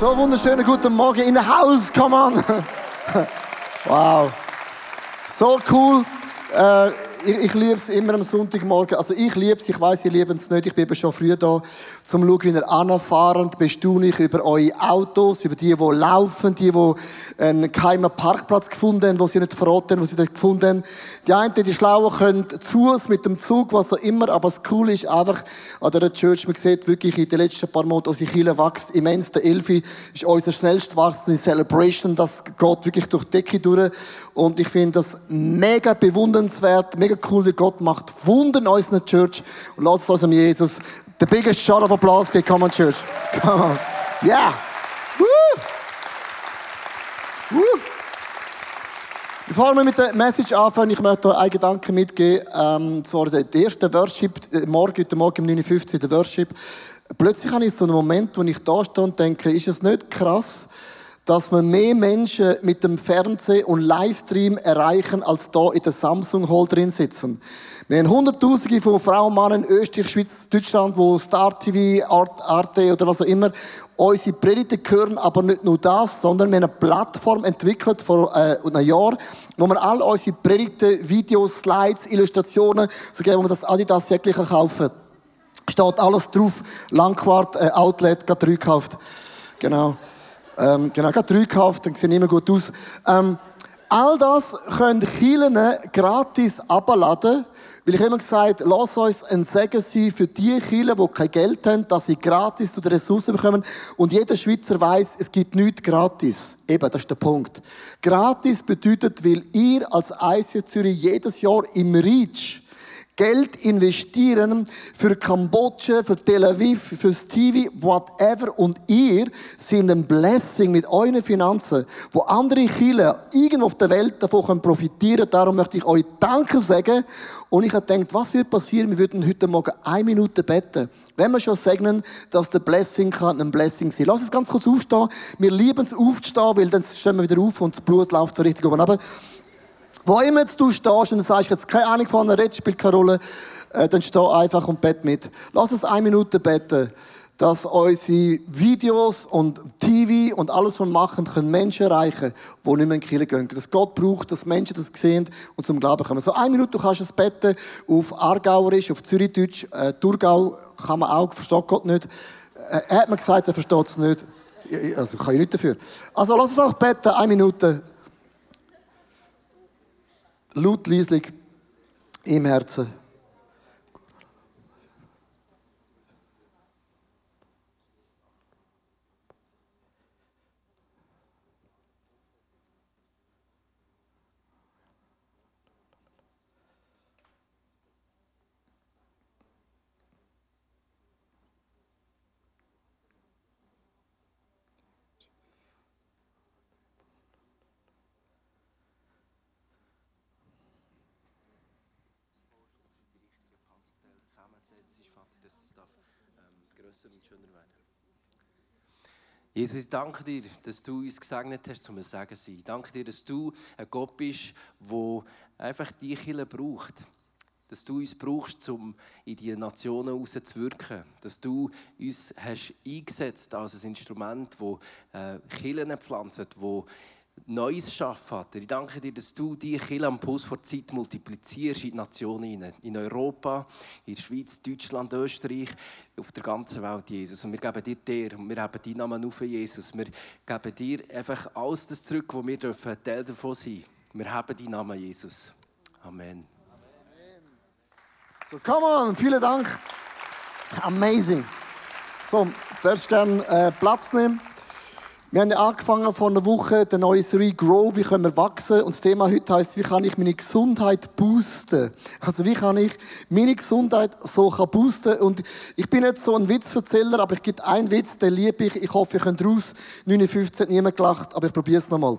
So wunderschönen guten Morgen in der Haus, come on. Wow. So cool. Ich liebe es immer am Sonntagmorgen. Also ich liebe es, ich weiss, ihr liebt es nicht. Ich bin eben schon früh da, zum zu schauen, wie ihr anfahren. Bestaune ich über eure Autos, über die laufen, die einen geheimen Parkplatz gefunden haben, wo sie nicht verraten, wo sie dort gefunden haben. Die einen, die Schlauen, können zu Fuß mit dem Zug, was auch immer. Aber das Coole ist einfach, an dieser Church, man sieht wirklich in den letzten paar Monaten, unsere Kirche wächst immens. Der Elfi ist unser schnellst wachsende Celebration. Das geht wirklich durch die Decke durch. Und ich finde das mega bewundernswert, mega cool, wie Gott macht Wunder in unserer Church. Und lasst uns Jesus the biggest shot of applause geben. Come on, Church. Come on. Yeah. Woo. Woo. Bevor wir mit der Message anfangen, ich möchte euch einen Gedanken mitgeben. Zwar der erste Worship, heute Morgen um 9:50 Uhr, der Worship. Plötzlich habe ich so einen Moment, wo ich da stehe und denke, ist es nicht krass, dass wir mehr Menschen mit dem Fernsehen und Livestream erreichen, als da in der Samsung Hall drin sitzen. Wir haben Hunderttausende von Frauen und Männern in Österreich, Schweiz, Deutschland, wo Star TV, Arte oder was auch immer unsere Predigten hören, aber nicht nur das, sondern wir haben eine Plattform entwickelt vor einem Jahr, wo wir all unsere Predigten, Videos, Slides, Illustrationen, sogar wo man das Adidas wirklich kaufen kann. Steht alles drauf. Langquart, Outlet, gerade 3 gekauft. Genau, gerade 3 gekauft, dann sehen immer gut aus. All das können Kirchen gratis abladen, weil ich immer gesagt, lass uns ein Segen sein für die Kirchen, die kein Geld haben, dass sie gratis zu den Ressourcen bekommen. Und jeder Schweizer weiss, es gibt nichts gratis. Eben, das ist der Punkt. Gratis bedeutet, weil ihr als ICF Zürich jedes Jahr im Reach Geld investieren für Kambodscha, für Tel Aviv, fürs TV, whatever. Und ihr seid ein Blessing mit euren Finanzen, wo andere Kirchen irgendwo auf der Welt davon profitieren können. Darum möchte ich euch Danke sagen. Und ich habe gedacht, was wird passieren? Wir würden heute Morgen 1 Minute beten. Wenn wir schon segnen, dass der Blessing kann ein Blessing sein. Lass uns ganz kurz aufstehen. Wir lieben es aufzustehen, weil dann stehen wir wieder auf und das Blut läuft so richtig oben runter. Wo immer jetzt du stehst und du sagst, jetzt keine Ahnung von einer Rede, spielt keine Rolle, dann steh einfach und bett mit. Lass uns 1 Minute beten, dass unsere Videos und TV und alles, was wir machen, können Menschen erreichen, die nicht mehr in die Kirche gehen. Dass Gott braucht, dass Menschen das sehen und zum Glauben kommen. So 1 Minute, du kannst es beten auf Aargauerisch, auf Zürichdeutsch, Thurgau kann man auch, versteht Gott nicht. Er hat mir gesagt, er versteht es nicht. Also kann ich nicht dafür. Also lass uns auch beten, 1 Minute. Laut, leislich, im Herzen. Jesus, ich danke dir, dass du uns gesegnet hast, um ein Segen zu sein. Ich danke dir, dass du ein Gott bist, der einfach die Kirche braucht. Dass du uns brauchst, um in die Nationen rauszuwirken. Dass du uns hast eingesetzt als ein Instrument, das Kirchen pflanzt, das Neues schafft, Vater. Ich danke dir, dass du die Kirche am Puls vor Zeit multiplizierst in die Nationen hinein. In Europa, in der Schweiz, Deutschland, Österreich, auf der ganzen Welt, Jesus. Und wir geben dir und wir haben deinen Namen auf, Jesus. Wir geben dir einfach alles das zurück, wo wir Teil davon sein dürfen. Wir haben deinen Namen, Jesus. Amen. So, come on, vielen Dank. Amazing. So, darfst gerne Platz nehmen. Wir haben ja angefangen vor einer Woche, der neue Serie Grow, wie können wir wachsen? Und das Thema heute heisst, wie kann ich meine Gesundheit boosten? Also wie kann ich meine Gesundheit so boosten? Und ich bin nicht so ein Witzverzähler, aber ich gebe einen Witz, den liebe ich. Ich hoffe, ihr könnt raus. 9:15 hat niemand gelacht, aber ich probiere es nochmal.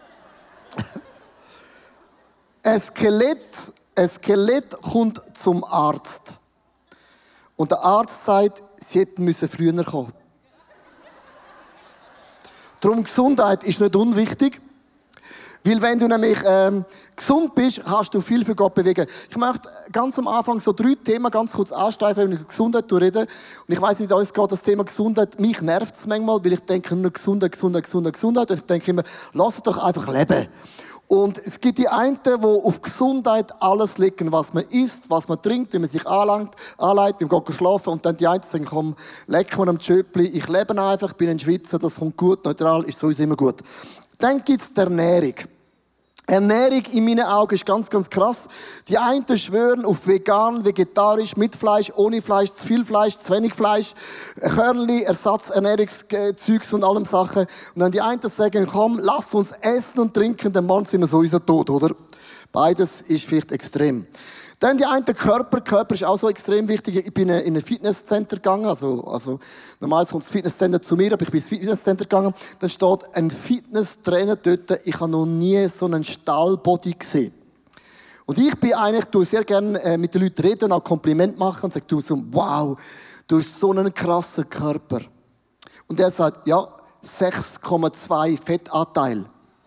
Ein Skelett kommt zum Arzt. Und der Arzt sagt, sie hätten früher kommen müssen. Darum, Gesundheit ist nicht unwichtig. Weil wenn du nämlich gesund bist, kannst du viel für Gott bewegen. Ich möchte ganz am Anfang so 3 Themen ganz kurz anstreifen, wenn ich über Gesundheit rede. Und ich weiss nicht, uns geht das Thema Gesundheit, mich nervt es manchmal, weil ich denke nur Gesundheit. Und ich denke immer, lass es doch einfach leben. Und es gibt die einen, die auf Gesundheit alles legen, was man isst, was man trinkt, wie man sich anlegt, im Gott schlafen. Und dann die einen sagen, komm, leck mir am Tschöpli, ich lebe einfach, bin ein Schweizer, das kommt gut, neutral, ist sowieso immer gut. Dann gibt es die Ernährung. Ernährung in meinen Augen ist ganz, ganz krass. Die einen schwören auf vegan, vegetarisch, mit Fleisch, ohne Fleisch, zu viel Fleisch, zu wenig Fleisch, Körnli, Ersatzernährungszeugs und allem Sachen. Und dann die einen sagen, komm, lasst uns essen und trinken, denn morgen sind wir sowieso tot, oder? Beides ist vielleicht extrem. Dann die einen Körper. Körper ist auch so extrem wichtig. Ich bin in ein Fitnesscenter gegangen. Also, normalerweise kommt das Fitnesscenter zu mir, aber ich bin ins Fitnesscenter gegangen. Dann steht ein Fitnesstrainer dort. Ich habe noch nie so einen Stahlbody gesehen. Und ich bin eigentlich, tue sehr gerne mit den Leuten reden und auch Kompliment machen und sage, du so, wow, du hast so einen krassen Körper. Und er sagt, ja, 6,2 Fettanteil.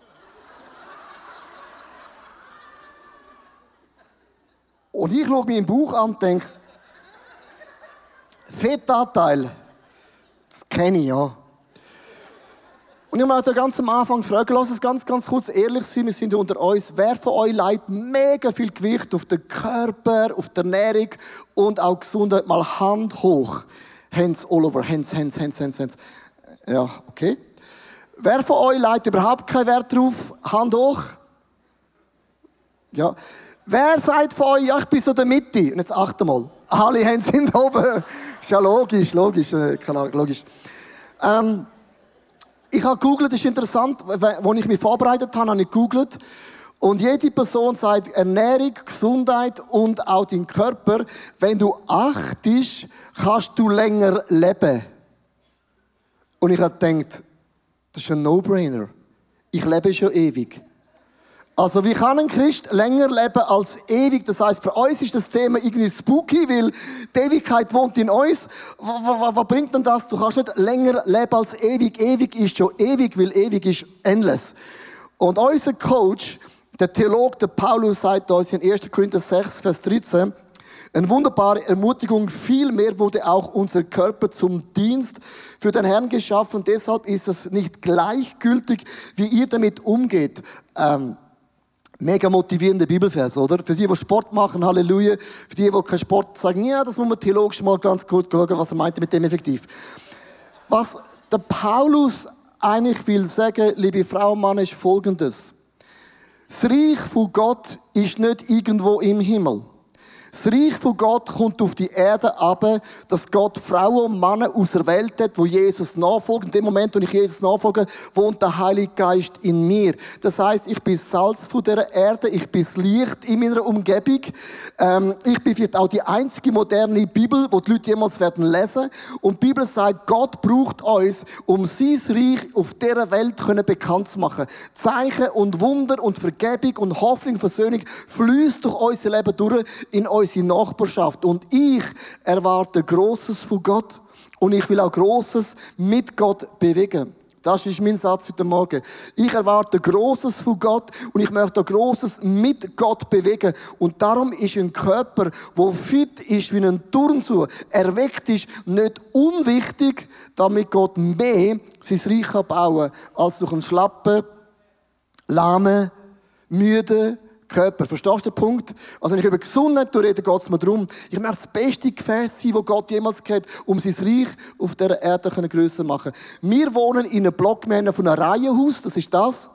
Und ich schaue mir im Bauch an und denke, Fettanteil, das kenne ich, ja. Und ich möchte ganz am Anfang fragen, lass uns ganz kurz ehrlich sein, wir sind unter uns. Wer von euch legt mega viel Gewicht auf den Körper, auf die Ernährung und auch Gesundheit? Mal Hand hoch. Hands all over, hands. Ja, okay. Wer von euch legt überhaupt keinen Wert drauf? Hand hoch. Ja. Wer sagt von euch, ja, ich bin so in der Mitte? Und jetzt achte mal. Alle Hände sind oben. Ist ja logisch. Keine Ahnung, logisch. Ich habe gegoogelt, das ist interessant. Als ich mich vorbereitet habe ich gegoogelt. Und jede Person sagt Ernährung, Gesundheit und auch dein Körper. Wenn du achtest, kannst du länger leben. Und ich habe gedacht, das ist ein No-Brainer. Ich lebe schon ewig. Also, wie kann ein Christ länger leben als ewig? Das heisst, für uns ist das Thema irgendwie spooky, weil die Ewigkeit wohnt in uns. Was bringt denn das? Du kannst nicht länger leben als ewig. Ewig ist schon ewig, weil ewig ist endless. Und unser Coach, der Theologe, der Paulus, sagt uns in 1. Korinther 6, Vers 13, eine wunderbare Ermutigung, vielmehr wurde auch unser Körper zum Dienst für den Herrn geschaffen. Und deshalb ist es nicht gleichgültig, wie ihr damit umgeht. Mega motivierende Bibelvers, oder? Für die Sport machen, Halleluja. Für die keinen Sport sagen, ja, das muss man theologisch mal ganz gut schauen, was er meinte mit dem effektiv. Was der Paulus eigentlich will sagen, liebe Frau und Mann, ist Folgendes. Das Reich von Gott ist nicht irgendwo im Himmel. Das Reich von Gott kommt auf die Erde runter, dass Gott Frauen und Männer auserwählt hat, wo Jesus nachfolgen. In dem Moment, wo ich Jesus nachfolge, wohnt der Heilige Geist in mir. Das heisst, ich bin Salz von dieser Erde, ich bin das Licht in meiner Umgebung. Ich bin vielleicht auch die einzige moderne Bibel, die die Leute jemals werden lesen. Und die Bibel sagt, Gott braucht uns, um sein Reich auf dieser Welt bekannt zu machen. Zeichen und Wunder und Vergebung und Hoffnung und Versöhnung fließt durch unser Leben durch in unsere Nachbarschaft. Und ich erwarte Grosses von Gott. Und ich will auch Grosses mit Gott bewegen. Das ist mein Satz heute Morgen. Ich erwarte Grosses von Gott und ich möchte auch Grosses mit Gott bewegen. Und darum ist ein Körper, der fit ist wie ein Turnschuh, erweckt ist, nicht unwichtig, damit Gott mehr sein Reich bauen kann, als durch einen schlappen, lahmen, müden Körper. Verstehst du den Punkt? Also wenn ich über Gesundheit rede, geht es mir darum, ich möchte das beste Gefäß sein, das Gott jemals kennt, um sein Reich auf dieser Erde grösser zu machen. Wir wohnen in einem Block, wir haben von einem Reihenhaus, das ist das.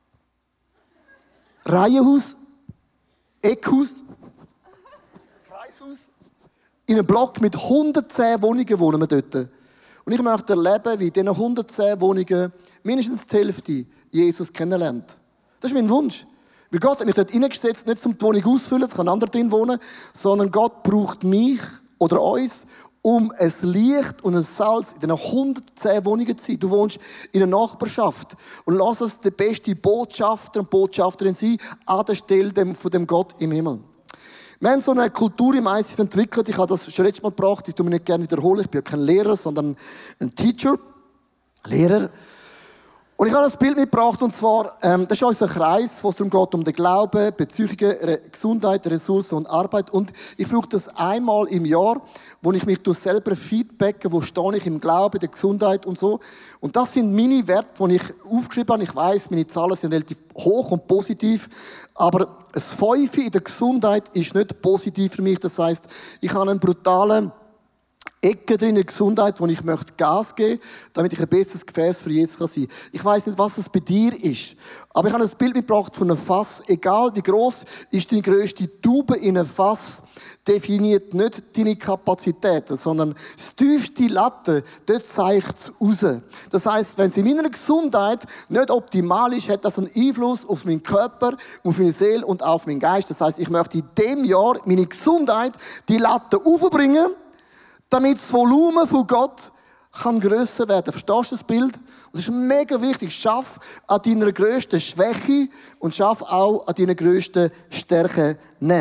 Reihenhaus, Eckhaus, Kreishaus. In einem Block mit 110 Wohnungen wohnen wir dort. Und ich möchte erleben, wie in diesen 110 Wohnungen mindestens die Hälfte Jesus kennenlernt. Das ist mein Wunsch. Weil Gott hat mich dort hineingesetzt, nicht zum die Wohnung ausfüllen, es kann ein anderer drin wohnen, sondern Gott braucht mich oder uns, um ein Licht und ein Salz in diesen 110 Wohnungen zu sein. Du wohnst in einer Nachbarschaft und lass es der beste Botschafter und Botschafterin sein an der Stelle von dem Gott im Himmel. Wir haben so eine Kultur im ICF entwickelt, ich habe das schon letztes Mal gebracht, ich tue mich nicht gerne wiederholen, ich bin ja kein Lehrer, sondern ein Teacher, Lehrer. Und ich habe ein Bild mitgebracht, und zwar, das ist unser Kreis, wo es darum geht, um den Glauben, Beziehungen, Gesundheit, Ressourcen und Arbeit. Und ich brauche das einmal im Jahr, wo ich mich selber feedbacke, wo stehe ich im Glauben, der Gesundheit und so. Und das sind meine Werte, die ich aufgeschrieben habe. Ich weiss, meine Zahlen sind relativ hoch und positiv, aber das 5 in der Gesundheit ist nicht positiv für mich. Das heisst, ich habe einen brutalen Ecke drin in der Gesundheit, wo ich möchte Gas geben, damit ich ein besseres Gefäß für Jesus sein kann. Ich weiss nicht, was es bei dir ist, aber ich habe ein Bild mitgebracht von einem Fass. Egal wie gross ist deine grösste Tube in einem Fass, definiert nicht deine Kapazitäten, sondern das tiefste Latte, dort zeigt es raus. Das heisst, wenn es in meiner Gesundheit nicht optimal ist, hat das einen Einfluss auf meinen Körper, auf meine Seele und auf meinen Geist. Das heisst, ich möchte in diesem Jahr meine Gesundheit, die Latte aufbringen, damit das Volumen von Gott kann grösser werden. Verstehst du das Bild? Und das ist mega wichtig. Schaff an deiner grössten Schwäche und schaff auch an deiner grössten Stärke.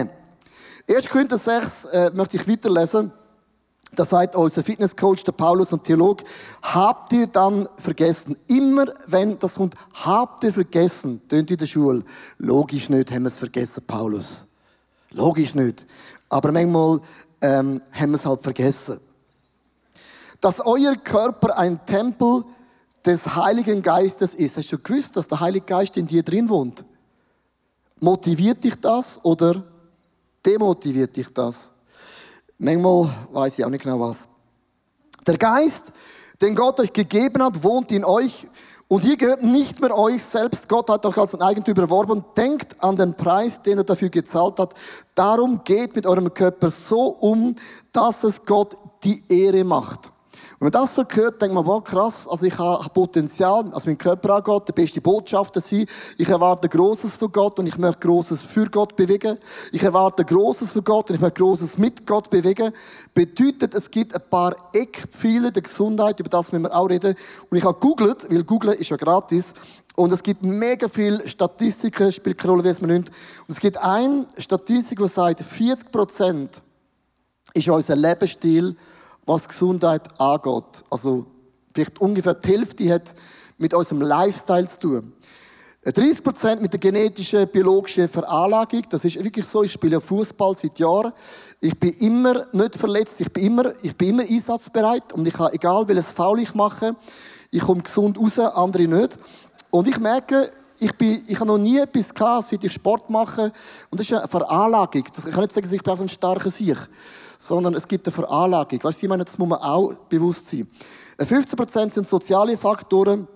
1. Korinther 6 möchte ich weiterlesen. Da sagt unser Fitnesscoach, der Paulus und Theologe, habt ihr dann vergessen? Immer wenn das kommt, habt ihr vergessen, tönt in der Schule. Logisch nicht, haben wir es vergessen, Paulus. Logisch nicht. Aber manchmal haben wir es halt vergessen. Dass euer Körper ein Tempel des Heiligen Geistes ist. Hast du gewusst, dass der Heilige Geist in dir drin wohnt? Motiviert dich das oder demotiviert dich das? Manchmal weiß ich auch nicht genau was. Der Geist, den Gott euch gegeben hat, wohnt in euch. Und ihr gehört nicht mehr euch selbst. Gott hat euch als ein Eigentum erworben. Denkt an den Preis, den er dafür gezahlt hat. Darum geht mit eurem Körper so um, dass es Gott die Ehre macht. Und wenn man das so hört, denkt man, wow, krass, also ich habe Potenzial, also mein Körper an Gott, der beste Botschafter sein. Ich erwarte Grosses von Gott und ich möchte Grosses für Gott bewegen. Ich erwarte Grosses von Gott und ich möchte Grosses mit Gott bewegen. Bedeutet, es gibt ein paar Eckpfeiler der Gesundheit, über das müssen wir auch reden. Und ich habe gegoogelt, weil Googlen ist ja gratis. Und es gibt mega viele Statistiken, spielt keine Rolle, wie es man nimmt. Und es gibt eine Statistik, die sagt, 40% ist unser Lebensstil, was Gesundheit angeht. Also vielleicht ungefähr die Hälfte hat mit unserem Lifestyle zu tun. 30% mit der genetischen, biologischen Veranlagung. Das ist wirklich so. Ich spiele Fußball seit Jahren. Ich bin immer nicht verletzt. Ich bin immer einsatzbereit. Und ich kann, egal welches Foul ich mache, ich komme gesund raus, andere nicht. Und ich merke, ich habe noch nie etwas gehabt, seit ich Sport mache. Und das ist eine Veranlagung. Ich kann nicht sagen, ich bin einfach ein starker Sieg. Sondern es gibt eine Veranlagung. Weißt du, ich meine, das muss man auch bewusst sein. 15% sind soziale Faktoren,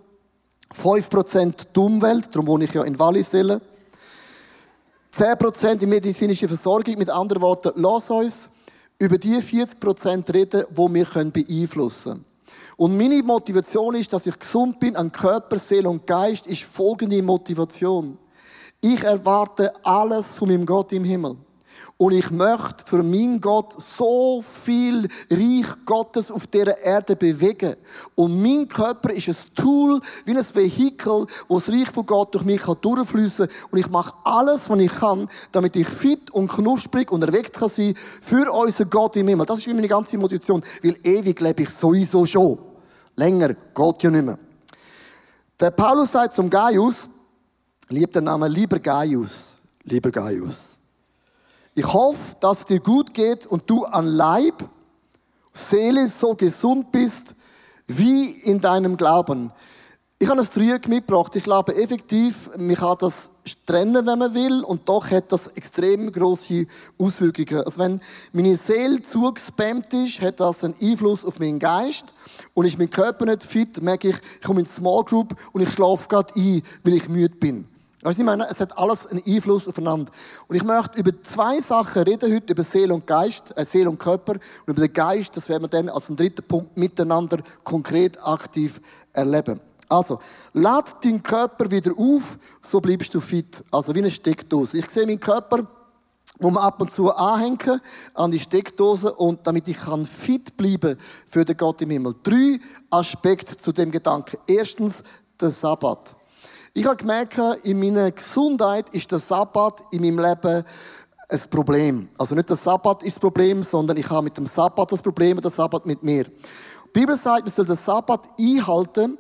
5% die Umwelt, darum wohne ich ja in Wallisellen. 10% die medizinische Versorgung, mit anderen Worten, lass uns über die 40% reden, die wir beeinflussen können. Und meine Motivation ist, dass ich gesund bin an Körper, Seele und Geist, ist folgende Motivation. Ich erwarte alles von meinem Gott im Himmel. Und ich möchte für meinen Gott so viel Reich Gottes auf dieser Erde bewegen. Und mein Körper ist ein Tool, wie ein Vehikel, wo das Reich von Gott durch mich durchfließen kann. Und ich mache alles, was ich kann, damit ich fit und knusprig und erweckt kann sein für unseren Gott im Himmel. Das ist meine ganze Motivation, weil ewig lebe ich sowieso schon. Länger geht ja nicht mehr. Der Paulus sagt zum Gaius, liebt den Namen, lieber Gaius. Ich hoffe, dass es dir gut geht und du an Leib, Seele so gesund bist, wie in deinem Glauben. Ich habe ein Dreieck mitgebracht. Ich glaube effektiv, man kann das trennen, wenn man will, und doch hat das extrem grosse Auswirkungen. Also wenn meine Seele zugespammt ist, hat das einen Einfluss auf meinen Geist. Und ist mein Körper nicht fit, merke ich, ich komme in die Small Group und ich schlafe gerade ein, weil ich müde bin. Weißt du, ich meine, es hat alles einen Einfluss aufeinander. Und ich möchte über 2 Sachen reden heute, über Seele und Geist, Seele und Körper. Und über den Geist, das werden wir dann als einen dritten Punkt miteinander konkret aktiv erleben. Also, lad deinen Körper wieder auf, so bleibst du fit. Also wie eine Steckdose. Ich sehe meinen Körper, muss man ab und zu anhängen an die Steckdose, und damit ich fit bleiben für den Gott im Himmel. 3 Aspekte zu dem Gedanken. Erstens, der Sabbat. Ich habe gemerkt, in meiner Gesundheit ist der Sabbat in meinem Leben ein Problem. Also nicht der Sabbat ist das Problem, sondern ich habe mit dem Sabbat das Problem und der Sabbat mit mir. Die Bibel sagt, wir sollen den Sabbat einhalten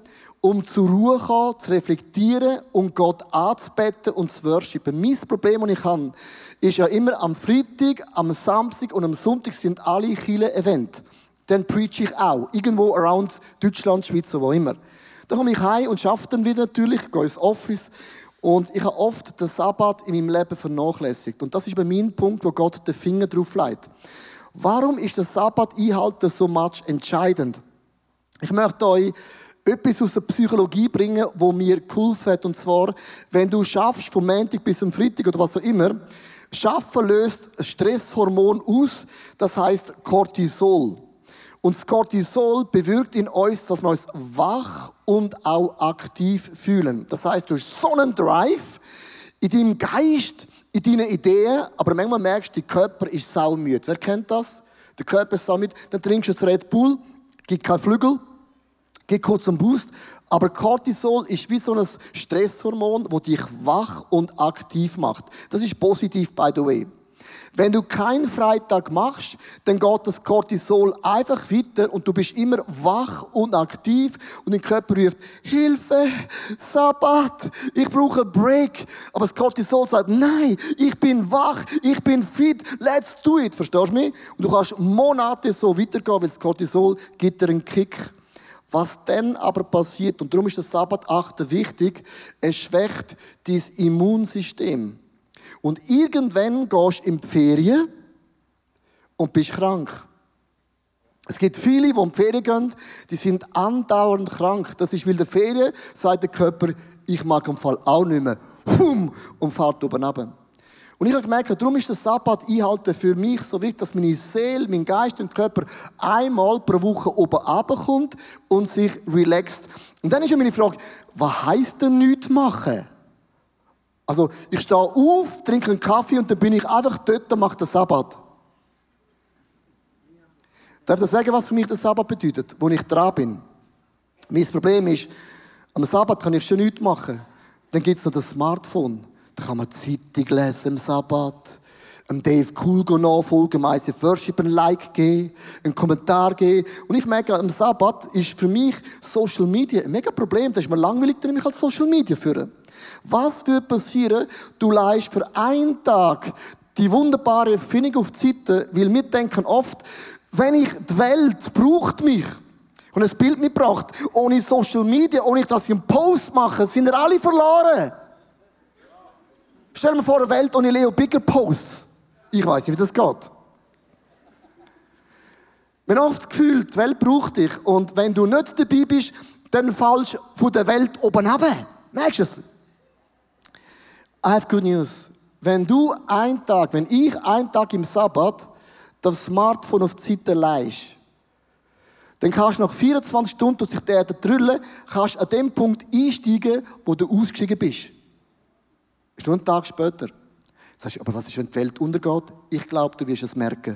um zur Ruhe zu kommen, zu reflektieren und Gott anzubeten und zu worshipen. Mein Problem, das ich habe, ist ja immer am Freitag, am Samstag und am Sonntag sind alle Kirchen-Events. Dann preach ich auch. Irgendwo around Deutschland, Schweiz, wo immer. Dann komme ich heim und arbeite dann wieder natürlich, gehe ins Office. Und ich habe oft den Sabbat in meinem Leben vernachlässigt. Und das ist bei mir ein Punkt, wo Gott den Finger drauf legt. Warum ist der Sabbat einhalten so much entscheidend? Ich möchte euch etwas aus der Psychologie bringen, wo mir geholfen hat. Und zwar, wenn du schaffst, vom Montag bis zum Freitag oder was auch immer, Schaffen löst ein Stresshormon aus, das heißt Cortisol. Und das Cortisol bewirkt in uns, dass wir uns wach und auch aktiv fühlen. Das heißt, du hast so einen Drive in deinem Geist, in deinen Ideen, aber manchmal merkst du, der Körper ist saumüde. Wer kennt das? Der Körper ist saumüde. Dann trinkst du das Red Bull, gibt keinen Flügel, gibt kurz einen Boost. Aber Cortisol ist wie so ein Stresshormon, das dich wach und aktiv macht. Das ist positiv, by the way. Wenn du keinen Freitag machst, dann geht das Cortisol einfach weiter und du bist immer wach und aktiv und dein Körper ruft, Hilfe, Sabbat, ich brauche einen Break. Aber das Cortisol sagt, nein, ich bin wach, ich bin fit, let's do it. Verstehst du mich? Und du kannst Monate so weitergehen, weil das Cortisol gibt dir einen Kick. Was dann aber passiert, und darum ist das Sabbat-Achten wichtig, es schwächt dein Immunsystem. Und irgendwann gehst du in die Ferien und bist krank. Es gibt viele, die in die Ferien gehen, die sind andauernd krank. Das ist, weil der Ferien sagt der Körper, ich mag im Fall auch nicht mehr. Und fährt oben runter. Und ich habe gemerkt, darum ist das Sabbat einhalten für mich so wichtig, dass meine Seele, mein Geist und Körper einmal pro Woche oben runterkommt und sich relaxt. Und dann ist ja meine Frage, was heisst denn nichts machen? Also, ich stehe auf, trinke einen Kaffee und dann bin ich einfach dort und mache den Sabbat. Darf ich sagen, was für mich der Sabbat bedeutet, wo ich dran bin? Mein Problem ist, am Sabbat kann ich schon nichts machen. Dann gibt es noch das Smartphone. Da kann man Zeitung lesen am Sabbat, dem Dave Cool nachfolgen, dem ICF Worship ein Like geben, einen Kommentar geben. Und ich merke, am Sabbat ist für mich Social Media ein mega Problem. Das ist mir langweilig, dass ich als Social Media führe. Was würde passieren, du leihst für einen Tag die wunderbare Erfindung auf die Seite, weil wir denken oft, wenn ich die Welt braucht mich und ein Bild mitgebracht, ohne Social Media, ohne dass ich einen Post mache, sind wir alle verloren. Stell dir vor, eine Welt ohne Leo Bigger Posts. Ich weiss nicht, wie das geht. Wir haben oft das Gefühl, die Welt braucht dich. Und wenn du nicht dabei bist, dann fallst du von der Welt oben runter. Merkst du es? I have good news. Wenn ich einen Tag im Sabbat das Smartphone auf die Seite leihst, dann kannst du nach 24 Stunden durch sich der drüllen, kannst an dem Punkt einsteigen, wo du ausgestiegen bist. Ist nur einen Tag später. Jetzt sagst du, aber was ist, wenn die Welt untergeht? Ich glaube, du wirst es merken.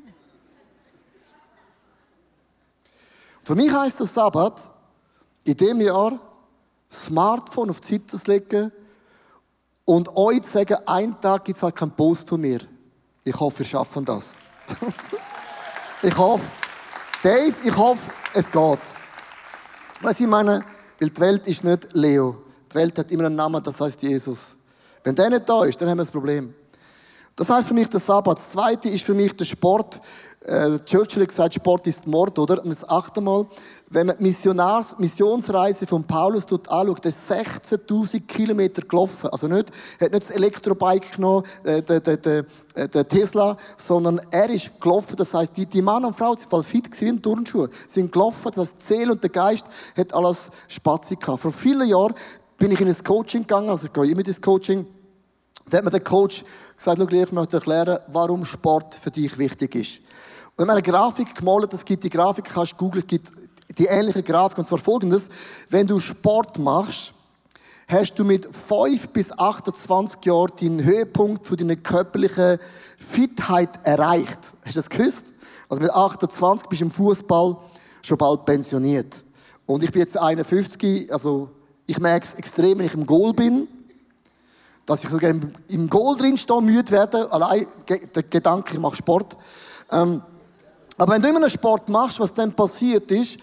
Für mich heisst das Sabbat, in diesem Jahr das Smartphone auf die Seite zu legen und euch zu sagen, einen Tag gibt es halt keinen Post von mir. Ich hoffe, wir schaffen das. Ich hoffe, Dave, ich hoffe, es geht. Was ich meine, weil die Welt ist nicht Leo. Die Welt hat immer einen Namen, das heißt Jesus. Wenn der nicht da ist, dann haben wir ein Problem. Das heißt für mich der Sabbat. Das Zweite ist für mich der Sport. Churchill hat gesagt, Sport ist Mord, oder? Und das achte Mal, wenn man die Missionsreise von Paulus anschaut, der ist 16.000 Kilometer gelaufen. Also hat nicht das Elektrobike genommen, der Tesla, sondern er ist gelaufen. Das heisst, die Mann und Frau sind voll fit gewesen, wie in Turnschuhe. Sie sind gelaufen, das heißt, die Seele und der Geist hat alles spatzig gehabt. Vor vielen Jahren bin ich in ein Coaching gegangen, also ich gehe immer ins Coaching. Da hat mir der Coach gesagt, schau, ich möchte erklären, warum Sport für dich wichtig ist. Und wir haben eine Grafik gemalt, es gibt die Grafik, kannst du googeln, es gibt die ähnliche Grafik, und zwar folgendes: Wenn du Sport machst, hast du mit 5 bis 28 Jahren den Höhepunkt von deiner körperlichen Fitheit erreicht. Hast du das gewusst? Also mit 28 bist du im Fußball schon bald pensioniert. Und ich bin jetzt 51, also ich merke es extrem, wenn ich im Goal bin, dass ich sogar im Goal drin stehe, müde werde. Allein der Gedanke, ich mache Sport. Aber wenn du immer einen Sport machst, was dann passiert ist,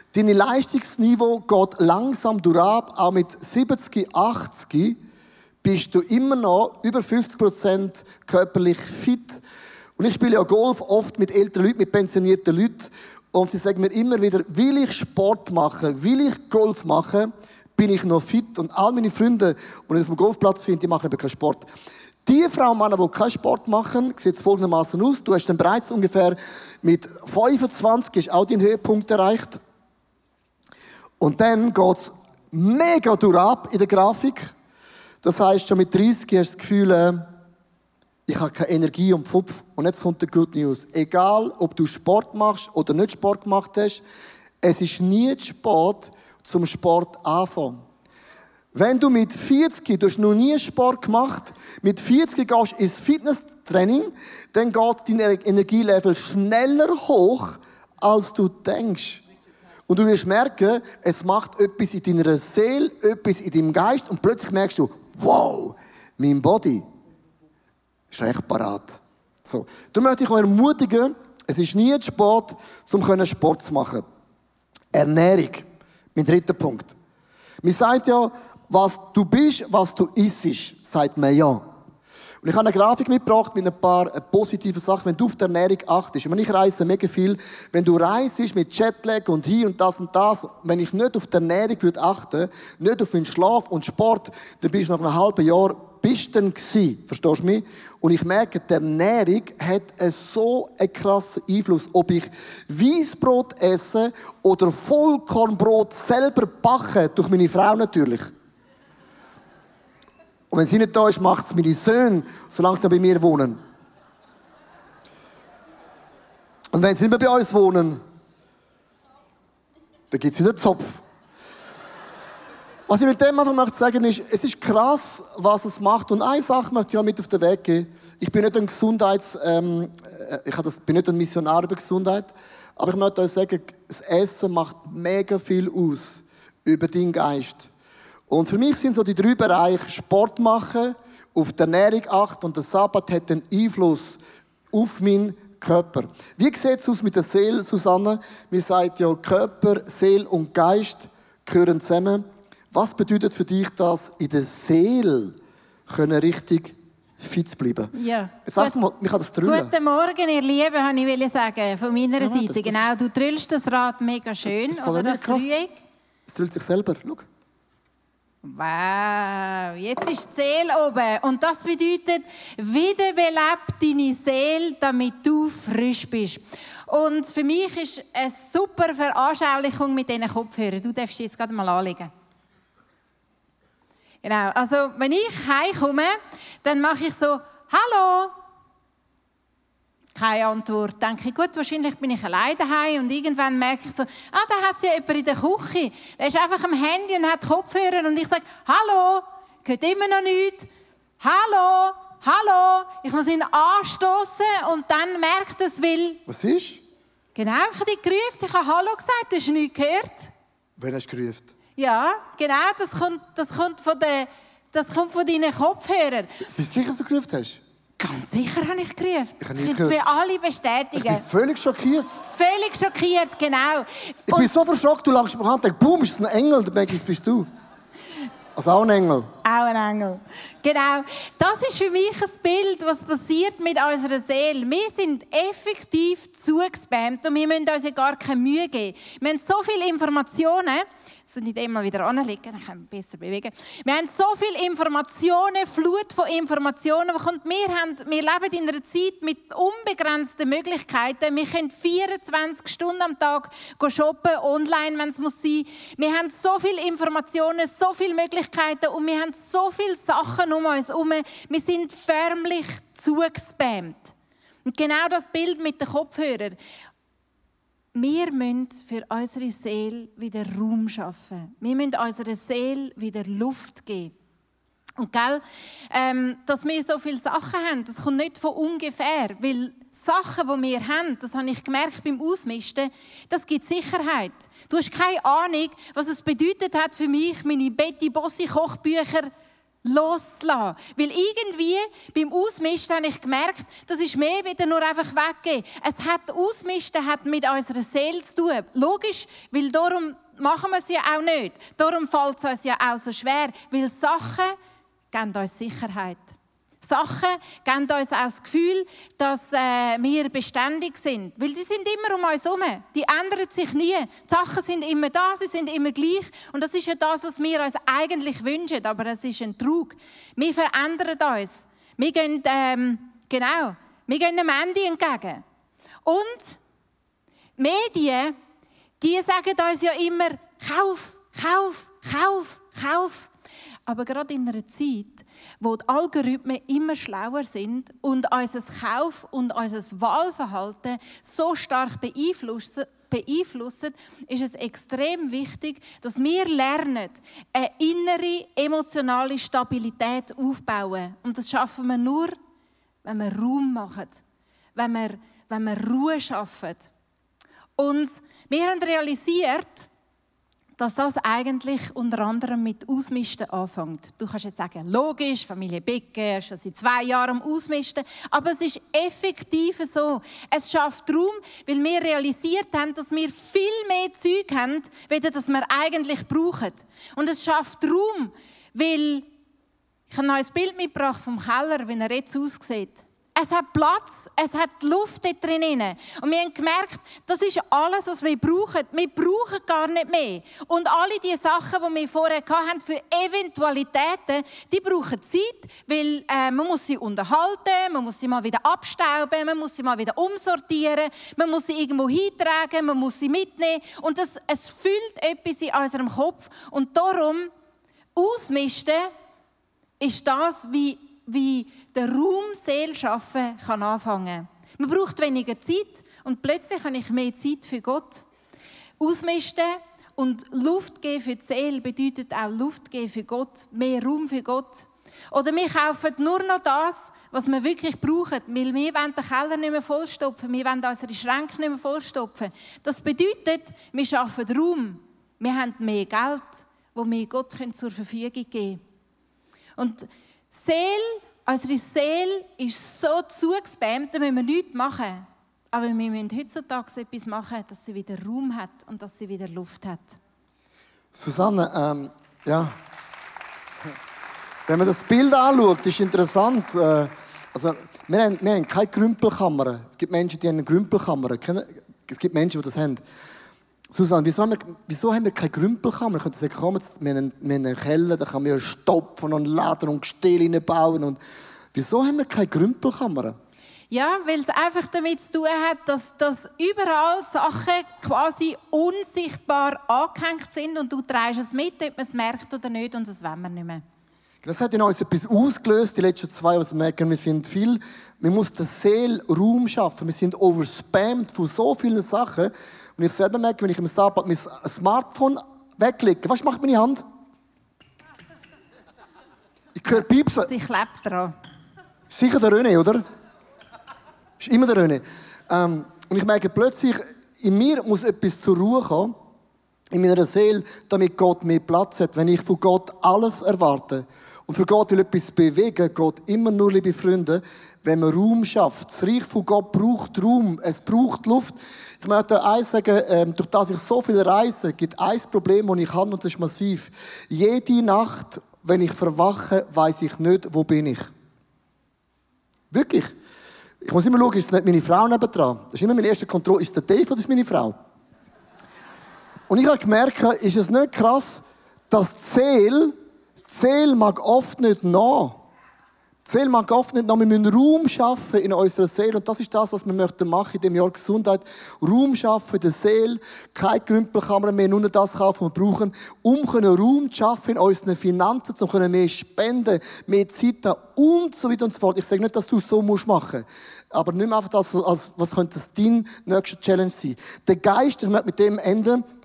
Dein Leistungsniveau geht langsam durchab, auch mit 70, 80 bist du immer noch über 50% körperlich fit. Und ich spiele ja Golf oft mit älteren Leuten, mit pensionierten Leuten. Und sie sagen mir immer wieder, will ich Sport machen, will ich Golf machen, bin ich noch fit. Und all meine Freunde, die auf dem Golfplatz sind, die machen aber keinen Sport. Die Frauen und Männer, die keinen Sport machen, sieht es folgendermaßen aus. Du hast dann bereits ungefähr mit 25 hast auch deinen Höhepunkt erreicht. Und dann geht es mega durchab in der Grafik. Das heisst, schon mit 30 hast du das Gefühl, ich habe keine Energie und Pfupf. Und jetzt kommt die Good News. Egal, ob du Sport machst oder nicht Sport gemacht hast, es ist nie zu spät, zum Sport anfangen. Wenn du mit 40, du hast noch nie Sport gemacht, mit 40 gehst ins Fitnesstraining, dann geht dein Energielevel schneller hoch, als du denkst. Und du wirst merken, es macht etwas in deiner Seele, etwas in deinem Geist und plötzlich merkst du, wow, mein Body ist recht parat. So. Darum möchte ich euch ermutigen, es ist nie zu spät, um Sport zu machen. Ernährung, mein dritter Punkt. Man sagt ja, was du bist, was du isst, sagt man ja. Und ich habe eine Grafik mitgebracht mit ein paar positiven Sachen, wenn du auf die Ernährung achtest. Ich meine, ich reise mega viel. Wenn du reist mit Jetlag und hier und das, wenn ich nicht auf die Ernährung achten würde, nicht auf meinen Schlaf und Sport, dann bist du nach einem halben Jahr bist dann gsi, verstehst du mich? Und ich merke, die Ernährung hat so einen krassen Einfluss, ob ich Weissbrot esse oder Vollkornbrot selber backe, durch meine Frau natürlich. Und wenn sie nicht da ist, macht es meine Söhne, solange sie noch bei mir wohnen. Und wenn sie nicht mehr bei uns wohnen, dann gibt es wieder Zopf. Was ich mit dem einfach möchte sagen ist, es ist krass, was es macht. Und eine Sache möchte ich auch mit auf den Weg geben. Ich bin nicht ein bin nicht ein Missionar über Gesundheit. Aber ich möchte euch sagen, das Essen macht mega viel aus über deinen Geist. Und für mich sind so die 3 Bereiche: Sport machen, auf die Ernährung achten und der Sabbat hat einen Einfluss auf meinen Körper. Wie sieht es aus mit der Seele, Susanne? Wir sagen ja, Körper, Seele und Geist gehören zusammen. Was bedeutet für dich das, in der Seele richtig fit zu bleiben? Ja. Jetzt sag mal, mich kann das trüllen. Guten Morgen, ihr Lieben, wollte ich sagen, von meiner Seite. Genau, du trüllst das Rad mega schön. Oder das Dreieck. Es trüllt sich selber, schau. Wow, jetzt ist die Seele oben. Und das bedeutet, wiederbelebt deine Seele, damit du frisch bist. Und für mich ist es eine super Veranschaulichung mit diesen Kopfhörern. Du darfst jetzt gerade mal anlegen. Genau, also wenn ich heimkomme, dann mache ich so, hallo. Keine Antwort. Denke ich, gut, wahrscheinlich bin ich alleine daheim und irgendwann merke ich so, da hat es ja jemand in der Küche. Der ist einfach am Handy und hat Kopfhörer und ich sage, hallo, hört immer noch nichts. Hallo, hallo. Ich muss ihn anstoßen und dann merkt es, weil... Was ist? Genau, ich habe dich gerufen, ich habe Hallo gesagt, du hast nichts gehört. Wen hast du gerufen? Ja, genau, das kommt von deinen Kopfhörern. Bist du sicher, dass du gerufen hast? Ganz sicher habe ich gerufen. Ich Das können wir alle bestätigen. Ich bin völlig schockiert. Völlig schockiert, genau. Ich bin so verschockt, du langst mir an und denkst, boom, ist es ein Engel? Dann denke ich, das bist du. Also auch ein Engel. Auch ein Engel. Genau. Das ist für mich ein Bild, was passiert mit unserer Seele. Wir sind effektiv zugespammt und wir müssen uns ja gar keine Mühe geben. Wir haben so viele Informationen. So nicht immer wieder anlegen, dann können wir besser bewegen. Wir haben so viele Informationen, Flut von Informationen, die kommt. Wir leben in einer Zeit mit unbegrenzten Möglichkeiten. Wir können 24 Stunden am Tag shoppen, online, wenn es muss sein. Wir haben so viele Informationen, so viele Möglichkeiten und wir haben so viele Sachen um uns herum. Wir sind förmlich zugespammt. Und genau das Bild mit den Kopfhörern. Wir müssen für unsere Seele wieder Raum schaffen. Wir müssen unserer Seele wieder Luft geben. Und dass wir so viele Sachen haben, das kommt nicht von ungefähr. Weil Sachen, die wir haben, das habe ich gemerkt beim Ausmisten, das gibt Sicherheit. Du hast keine Ahnung, was es bedeutet hat für mich, meine Betty Bossi Kochbücher loszulassen. Weil irgendwie beim Ausmisten habe ich gemerkt, das ist mehr wieder nur einfach weggehen. Ausmisten hat mit unserer Seele zu tun. Logisch, weil darum machen wir es ja auch nicht. Darum fällt es uns ja auch so schwer. Weil Sachen geben uns Sicherheit. Sachen geben uns auch das Gefühl, dass wir beständig sind. Weil die sind immer um uns herum. Die ändern sich nie. Die Sachen sind immer da, sie sind immer gleich. Und das ist ja das, was wir uns eigentlich wünschen. Aber es ist ein Trug. Wir verändern uns. Wir gehen, wir gehen einem Ende entgegen. Und Medien, die sagen uns ja immer, Kauf, Kauf, Kauf, Kauf. Aber gerade in einer Zeit, wo die Algorithmen immer schlauer sind und unser Kauf- und unser Wahlverhalten so stark beeinflussen, ist es extrem wichtig, dass wir lernen, eine innere emotionale Stabilität aufbauen. Und das schaffen wir nur, wenn wir Raum machen, wenn wir Ruhe schaffen. Und wir haben realisiert, dass das eigentlich unter anderem mit Ausmisten anfängt. Du kannst jetzt sagen, logisch, Familie Becker, schon seit 2 Jahren am Ausmisten, aber es ist effektiv so. Es schafft Raum, weil wir realisiert haben, dass wir viel mehr Zeug haben, als das wir eigentlich brauchen. Und es schafft Raum, weil ich habe ein neues Bild mitgebracht vom Keller, wie er jetzt aussieht. Es hat Platz, es hat Luft dort drin. Und wir haben gemerkt, das ist alles, was wir brauchen. Wir brauchen gar nicht mehr. Und alle die Sachen, die wir vorher hatten, für Eventualitäten, die brauchen Zeit, weil man muss sie unterhalten, man muss sie mal wieder abstauben, man muss sie mal wieder umsortieren, man muss sie irgendwo hintragen, man muss sie mitnehmen. Und es füllt etwas in unserem Kopf. Und darum, Ausmisten ist das, wie der Raum Seele schaffen kann anfangen. Man braucht weniger Zeit und plötzlich habe ich mehr Zeit für Gott. Ausmisten und Luft geben für die Seele bedeutet auch Luft geben für Gott, mehr Raum für Gott. Oder wir kaufen nur noch das, was wir wirklich brauchen, weil wir wollen den Keller nicht mehr vollstopfen, wir wollen unsere Schränke nicht mehr vollstopfen. Das bedeutet, wir schaffen Raum, wir haben mehr Geld, das wir Gott zur Verfügung geben können. Und unsere Seele ist so zugespammt, da müssen wir nichts machen. Aber wir müssen heutzutage etwas machen, dass sie wieder Raum hat und dass sie wieder Luft hat. Susanne, ja. Wenn man das Bild anschaut, ist interessant. Also, wir haben keine Grümpelkammer. Es gibt Menschen, die haben eine Grümpelkammer. Es gibt Menschen, die das haben. Susanne, wieso haben wir keine Grümpelkammer? Ich könnte sagen, komm, wir haben einen Keller, da kann man ja stopfen und laden und Gestell reinbauen. Und wieso haben wir keine Grümpelkammer? Ja, weil es einfach damit zu tun hat, dass überall Sachen quasi unsichtbar angehängt sind und du trägst es mit, ob man es merkt oder nicht, und das wollen wir nicht mehr. Das hat in uns etwas ausgelöst, die letzten 2 Jahre. Wir merken, wir müssen der Seele Raum schaffen. Wir sind overspammed von so vielen Sachen. Und ich selber merke, wenn ich im Sabbat mein Smartphone weglege, was macht meine Hand? Ich höre Piepsen. Sie klebt dran. Sicher der René, oder? Ist immer der René. Und ich merke plötzlich, in mir muss etwas zur Ruhe kommen, in meiner Seele, damit Gott mehr Platz hat. Wenn ich von Gott alles erwarte und für Gott will etwas bewegen, Gott immer nur, liebe Freunde, wenn man Raum schafft. Das Reich von Gott braucht Raum, es braucht Luft. Ich möchte eins sagen, durch das ich so viel reise, gibt es ein Problem, das ich habe, und das ist massiv. Jede Nacht, wenn ich verwache, weiss ich nicht, wo bin ich. Wirklich. Ich muss immer schauen, ist nicht meine Frau nebendran. Das ist immer meine erste Kontrolle. Ist der Dave oder ist meine Frau? Und ich habe gemerkt, ist es nicht krass, dass die Seele mag oft nicht nach. Die Seele mag oft nicht nach. Wir müssen Raum schaffen in unserer Seele. Und das ist das, was wir machen möchten in diesem Jahr Gesundheit. Raum schaffen in der Seele. Keine Grümpelkammer mehr, nur das kaufen, was wir brauchen. Um Raum zu schaffen in unseren Finanzen, um mehr spenden, mehr Zeit haben und so weiter und so fort. Ich sage nicht, dass du es so machen musst. Aber nicht mehr einfach das, was könnte das dein nächster Challenge sein. Der Geist, ich möchte mit dem enden,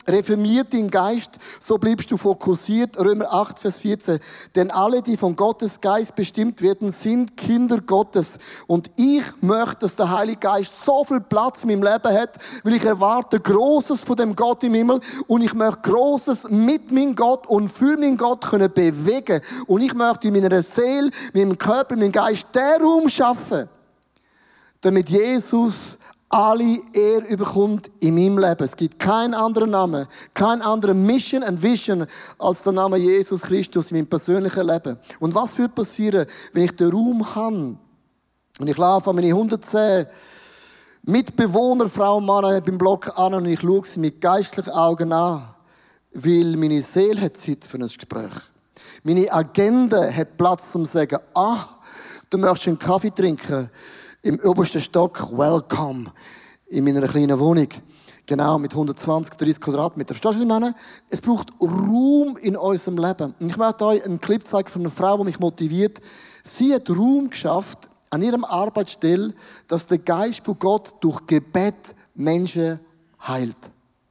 reformiert den Geist, so bleibst du fokussiert. Römer 8, Vers 14. Denn alle, die von Gottes Geist bestimmt werden, sind Kinder Gottes. Und ich möchte, dass der Heilige Geist so viel Platz in meinem Leben hat, weil ich erwarte Grosses von dem Gott im Himmel und ich möchte Grosses mit meinem Gott und für meinen Gott können bewegen. Und ich möchte in meiner Seele, mit meinem Körper, mit meinem Geist den Raum schaffen, damit Jesus alle Ehre bekommt in meinem Leben. Es gibt keinen anderen Namen, keinen anderen Mission and Vision als der Name Jesus Christus in meinem persönlichen Leben. Und was wird passieren, wenn ich den Raum habe und ich laufe an meine 110 Mitbewohner, Frauen und Männer beim Block an und ich schaue sie mit geistlichen Augen an, weil meine Seele hat Zeit für ein Gespräch. Meine Agenda hat Platz, um zu sagen, du möchtest einen Kaffee trinken. Im obersten Stock, welcome, in meiner kleinen Wohnung. Genau, mit 120, 30 Quadratmetern. Verstehst du, was ich meine? Es braucht Raum in unserem Leben. Und ich möchte euch einen Clip zeigen von einer Frau, die mich motiviert. Sie hat Raum geschafft an ihrem Arbeitsstelle, dass der Geist von Gott durch Gebet Menschen heilt.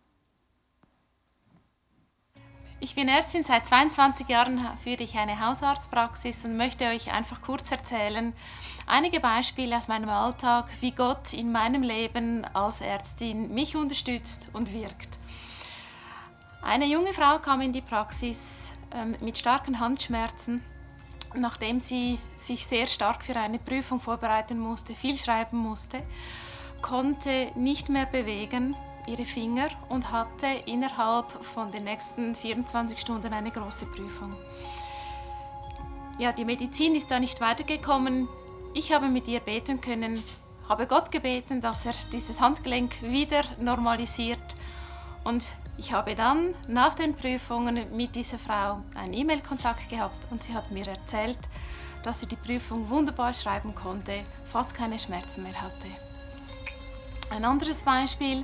Ich bin Ärztin, seit 22 Jahren führe ich eine Hausarztpraxis und möchte euch einfach kurz erzählen, einige Beispiele aus meinem Alltag, wie Gott in meinem Leben als Ärztin mich unterstützt und wirkt. Eine junge Frau kam in die Praxis mit starken Handschmerzen, nachdem sie sich sehr stark für eine Prüfung vorbereiten musste, viel schreiben musste, konnte nicht mehr bewegen, ihre Finger und hatte innerhalb von den nächsten 24 Stunden eine große Prüfung. Ja, die Medizin ist da nicht weitergekommen. Ich habe mit ihr beten können, habe Gott gebeten, dass er dieses Handgelenk wieder normalisiert. Und ich habe dann nach den Prüfungen mit dieser Frau einen E-Mail-Kontakt gehabt und sie hat mir erzählt, dass sie die Prüfung wunderbar schreiben konnte, fast keine Schmerzen mehr hatte. Ein anderes Beispiel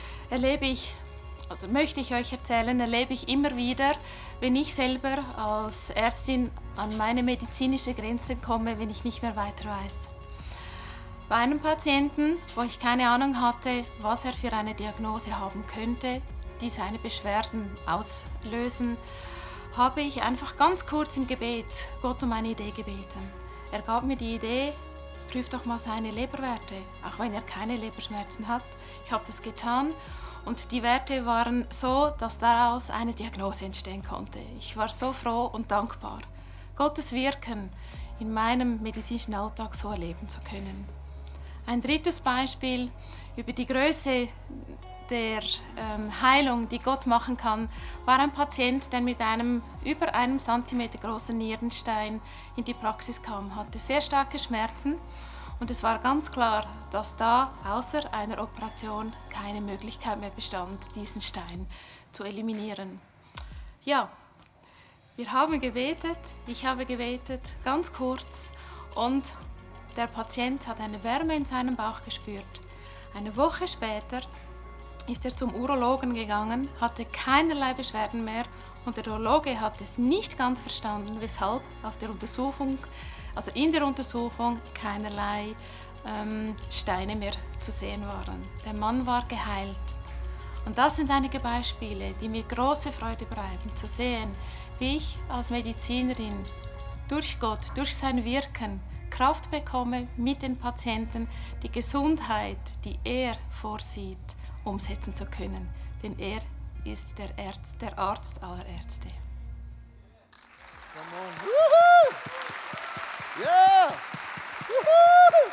möchte ich euch erzählen, erlebe ich immer wieder, wenn ich selber als Ärztin an meine medizinische Grenze komme, wenn ich nicht mehr weiter weiß. Bei einem Patienten, wo ich keine Ahnung hatte, was er für eine Diagnose haben könnte, die seine Beschwerden auslösen, habe ich einfach ganz kurz im Gebet Gott um eine Idee gebeten. Er gab mir die Idee, prüf doch mal seine Leberwerte, auch wenn er keine Leberschmerzen hat. Ich habe das getan und die Werte waren so, dass daraus eine Diagnose entstehen konnte. Ich war so froh und dankbar, Gottes Wirken in meinem medizinischen Alltag so erleben zu können. Ein drittes Beispiel über die Größe der Heilung, die Gott machen kann, war ein Patient, der mit einem über 1 Zentimeter großen Nierenstein in die Praxis kam, hatte sehr starke Schmerzen und es war ganz klar, dass da außer einer Operation keine Möglichkeit mehr bestand, diesen Stein zu eliminieren. Ja, wir haben gebetet, ich habe gebetet, ganz kurz und der Patient hat eine Wärme in seinem Bauch gespürt. Eine Woche später ist er zum Urologen gegangen, hatte keinerlei Beschwerden mehr und der Urologe hat es nicht ganz verstanden, weshalb in der Untersuchung keinerlei Steine mehr zu sehen waren. Der Mann war geheilt. Und das sind einige Beispiele, die mir große Freude bereiten, zu sehen, wie ich als Medizinerin durch Gott, durch sein Wirken Kraft bekomme, mit den Patienten die Gesundheit, die er vorsieht, umsetzen zu können. Denn er ist der Arzt aller Ärzte. Come on. Woohoo! Yeah! Woohoo!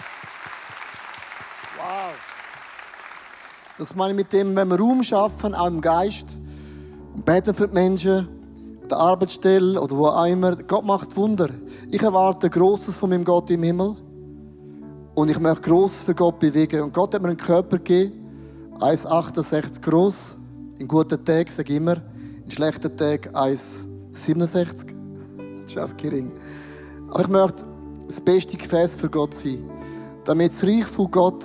Wow! Das meine ich mit dem, wenn wir Raum schaffen, auch im Geist, und beten für die Menschen, der Arbeitsstelle oder wo auch immer. Gott macht Wunder. Ich erwarte Grosses von meinem Gott im Himmel. Und ich möchte Grosses für Gott bewegen. Und Gott hat mir einen Körper gegeben, 1,68 groß. In guten Tagen, sage ich immer. In schlechten Tagen 1,67. Just kidding. Aber ich möchte das beste Gefäß für Gott sein. Damit das Reich von Gott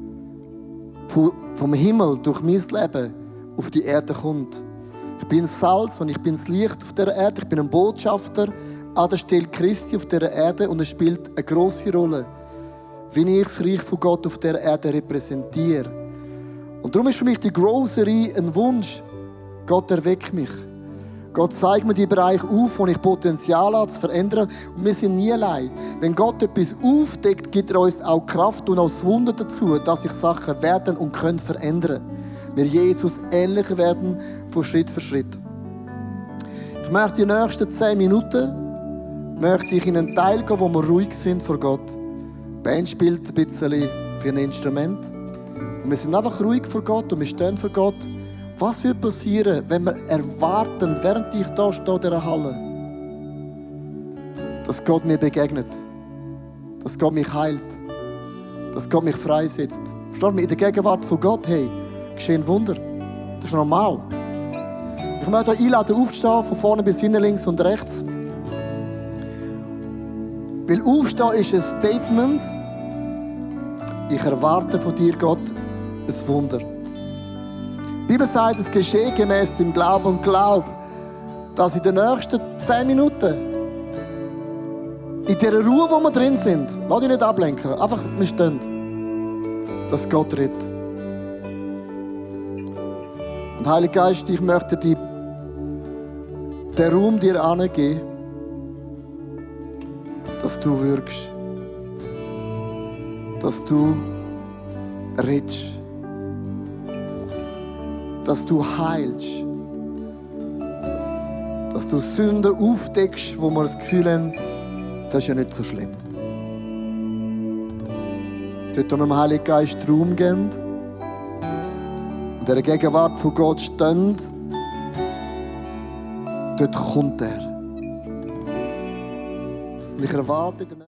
vom Himmel durch mein Leben auf die Erde kommt. Ich bin das Salz und ich bin das Licht auf dieser Erde. Ich bin ein Botschafter an der Stelle Christi auf dieser Erde und es spielt eine grosse Rolle, wie ich das Reich von Gott auf dieser Erde repräsentiere. Und darum ist für mich die Grosserie ein Wunsch, Gott, erweck mich. Gott, zeig mir die Bereiche auf, wo ich Potenzial habe, zu verändern. Und wir sind nie allein. Wenn Gott etwas aufdeckt, gibt er uns auch Kraft und auch das Wunder dazu, dass sich Sachen werden und können verändern. Wir Jesus ähnlicher werden von Schritt für Schritt. Ich möchte die nächsten 10 Minuten möchte ich in einen Teil gehen, wo wir ruhig sind vor Gott. Die Band spielt ein bisschen für ein Instrument. Und wir sind einfach ruhig vor Gott und wir stehen vor Gott. Was wird passieren, wenn wir erwarten, während ich da stehe in dieser Halle, dass Gott mir begegnet, dass Gott mich heilt, dass Gott mich freisetzt? Versteht ihr? In der Gegenwart von Gott, hey, geschehen Wunder. Das ist normal. Ich möchte euch einladen, aufzustehen, von vorne bis hinten, links und rechts. Weil Aufstehen ist ein Statement. Ich erwarte von dir, Gott, ein Wunder. Die Bibel sagt, es geschehe gemäß dem Glauben und Glaub, dass in den nächsten 10 Minuten, in dieser Ruhe, wo wir drin sind, lass dich nicht ablenken, einfach, wir stehen, dass Gott redet. Und Heiliger Geist, ich möchte den Raum dir angeben, dass du wirkst, dass du redest, dass du heilst, dass du Sünden aufdeckst, wo wir das Gefühl haben, das ist ja nicht so schlimm. Dort, wo wir dem Heiligen Geist Raum geben und in der Gegenwart von Gott stehen, dort kommt er. Und ich erwarte